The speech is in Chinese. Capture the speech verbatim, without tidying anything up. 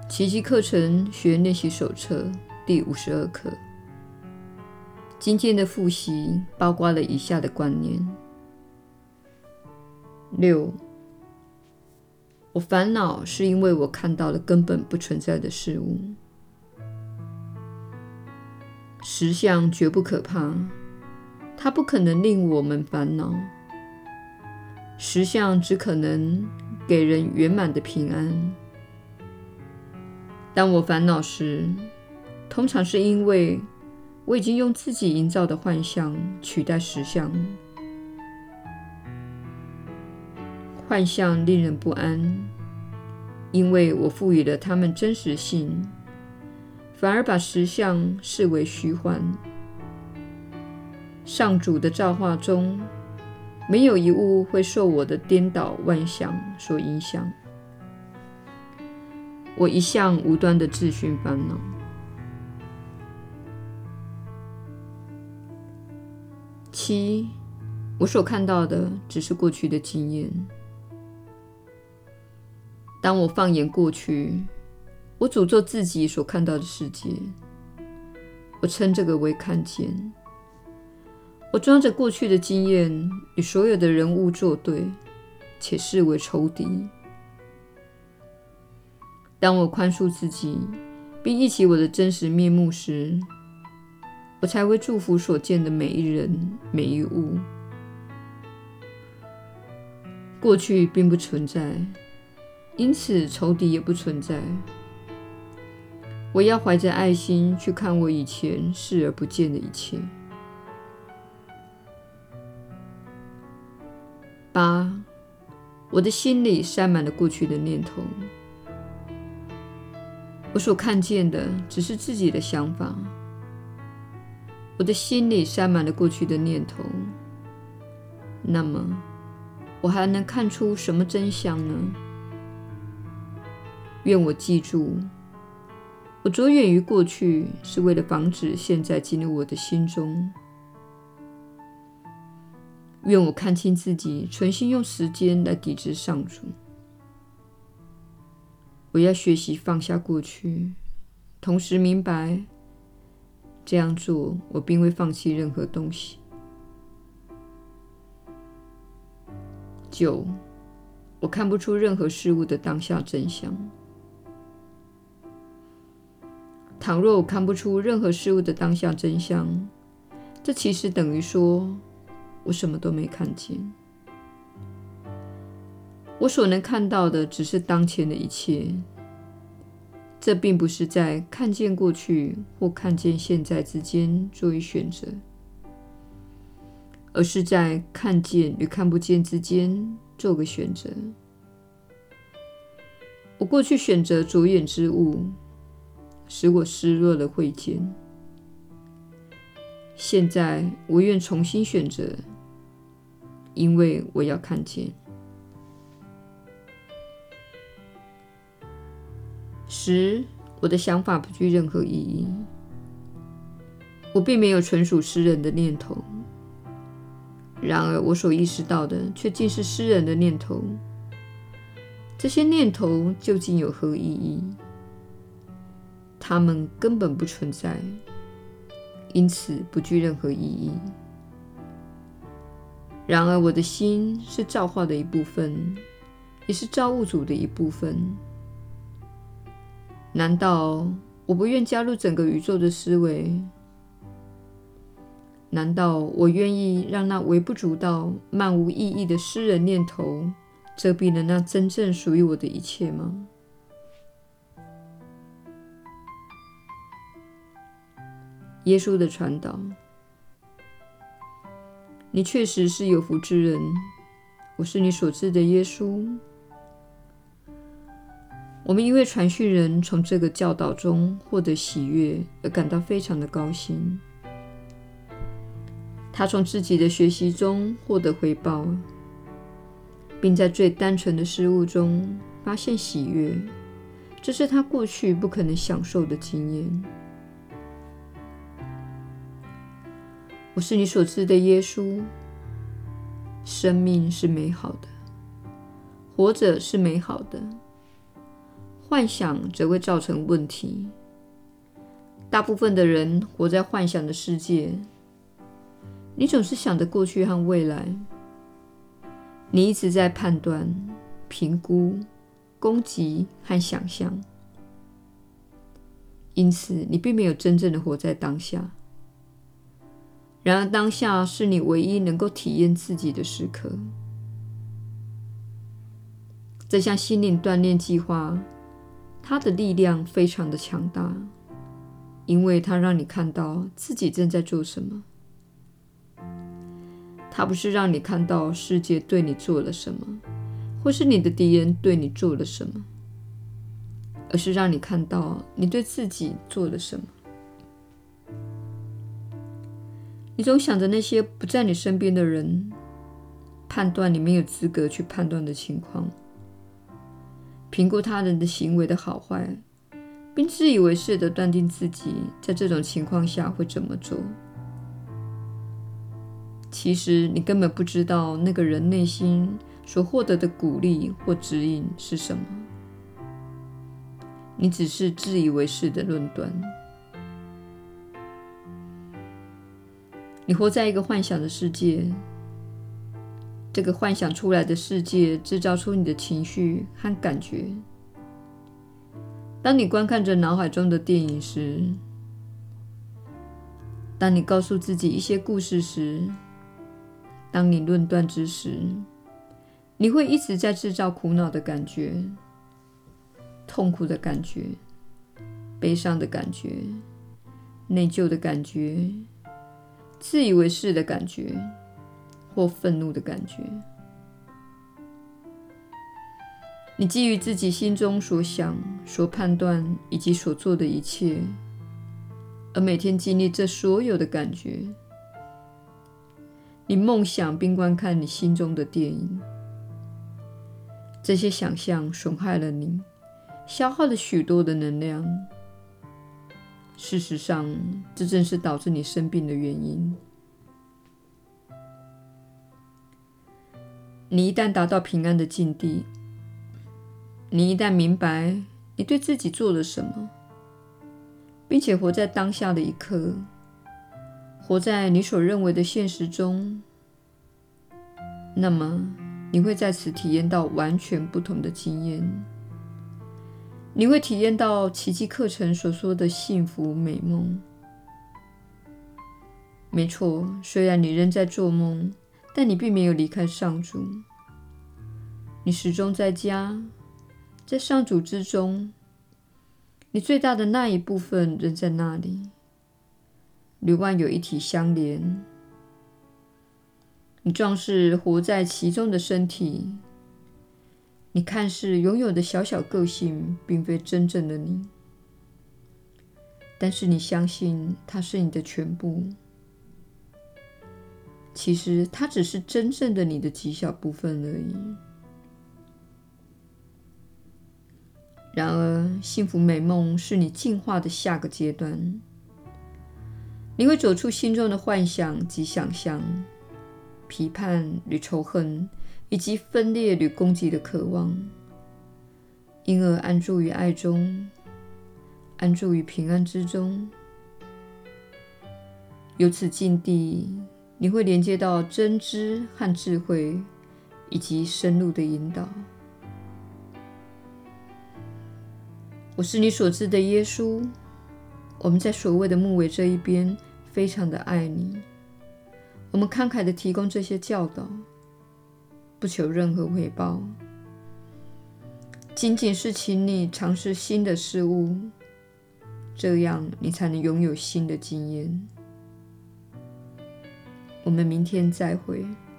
奇迹课程学员练习手册第五十二课。今天的复习包括了以下的观念：六，我烦恼是因为我看到了根本不存在的事物。实相绝不可怕，它不可能令我们烦恼。实相只可能给人圆满的平安。当我烦恼时，通常是因为我已经用自己营造的幻象取代实相。幻象令人不安，因为我赋予了它们真实性，反而把实相视为虚幻。上主的造化中，没有一物会受我的颠倒妄想所影响。我一向无端的自寻烦恼。七，我所看到的只是过去的经验。当我放眼过去，我诅咒自己所看到的世界，我称这个为看见。我装着过去的经验，与所有的人物作对，且视为仇敌。当我宽恕自己，并忆起我的真实面目时，我才会祝福所见的每一人、每一物。过去并不存在，因此仇敌也不存在。我要怀着爱心去看我以前视而不见的一切。八，我的心里塞满了过去的念头。我所看见的只是自己的想法。我的心里塞满了过去的念头，那么我还能看出什么真相呢？愿我记住，我着眼于过去，是为了防止现在进入我的心中。愿我看清自己，存心用时间来抵制上主。我要学习放下过去，同时明白，这样做我并未放弃任何东西。九，我看不出任何事物的当下真相。倘若我看不出任何事物的当下真相，这其实等于说我什么都没看见。我所能看到的只是当前的一切，这并不是在看见过去或看见现在之间做一选择，而是在看见与看不见之间做个选择。我过去选择着眼之物，使我失落了慧见。现在我愿重新选择，因为我要看见。十，我的想法不具任何意义。我并没有纯属诗人的念头，然而我所意识到的却尽是诗人的念头。这些念头究竟有何意义？它们根本不存在，因此不具任何意义。然而我的心是造化的一部分，也是造物主的一部分。难道我不愿加入整个宇宙的思维？难道我愿意让那微不足道、漫无意义的私人念头遮蔽了那真正属于我的一切吗？耶稣的传导。你确实是有福之人，我是你所知的耶稣。我们因为传讯人从这个教导中获得喜悦而感到非常的高兴。他从自己的学习中获得回报，并在最单纯的事物中发现喜悦，这是他过去不可能享受的经验。我是你所知的耶稣。生命是美好的，活着是美好的， 幻想则会造成问题。大部分的人活在幻想的世界，你总是想着过去和未来，你一直在判断、评估、攻击和想象，因此你并没有真正的活在当下。然而当下是你唯一能够体验自己的时刻。这项心灵锻炼计划，它的力量非常的强大，因为它让你看到自己正在做什么。它不是让你看到世界对你做了什么，或是你的敌人对你做了什么，而是让你看到你对自己做了什么。你总想着那些不在你身边的人，判断你没有资格去判断的情况，评估他人的行为的好坏，并自以为是地断定自己在这种情况下会怎么做。其实你根本不知道那个人内心所获得的鼓励或指引是什么，你只是自以为是的论断。你活在一个幻想的世界，这个幻想出来的世界制造出你的情绪和感觉。当你观看着脑海中的电影时，当你告诉自己一些故事时，当你论断之时，你会一直在制造苦恼的感觉、痛苦的感觉、悲伤的感觉、内疚的感觉、自以为是的感觉或愤怒的感觉。你基于自己心中所想、所判断以及所做的一切，而每天经历这所有的感觉。你梦想并观看你心中的电影，这些想象损害了你，消耗了许多的能量。事实上，这正是导致你生病的原因。你一旦达到平安的境地，你一旦明白你对自己做了什么，并且活在当下的一刻，活在你所认为的现实中，那么你会在此体验到完全不同的经验。你会体验到奇迹课程所说的幸福美梦。没错，虽然你仍在做梦，但你并没有离开上主。你始终在家，在上主之中。你最大的那一部分仍在那里，与万有一体相连。你壮士活在其中的身体，你看似拥有的小小个性并非真正的你，但是你相信它是你的全部。其实它只是真正的你的极小部分而已。然而，幸福美梦是你进化的下个阶段。你会走出心中的幻想及想象、批判与仇恨，以及分裂与攻击的渴望，因而安住于爱中，安住于平安之中。由此境地，你会连接到真知和智慧，以及深入的引导。我是你所知的耶稣。我们在所谓的牧尾这一边非常的爱你，我们慷慨地提供这些教导，不求任何回报，仅仅是请你尝试新的事物，这样你才能拥有新的经验。我们明天再会。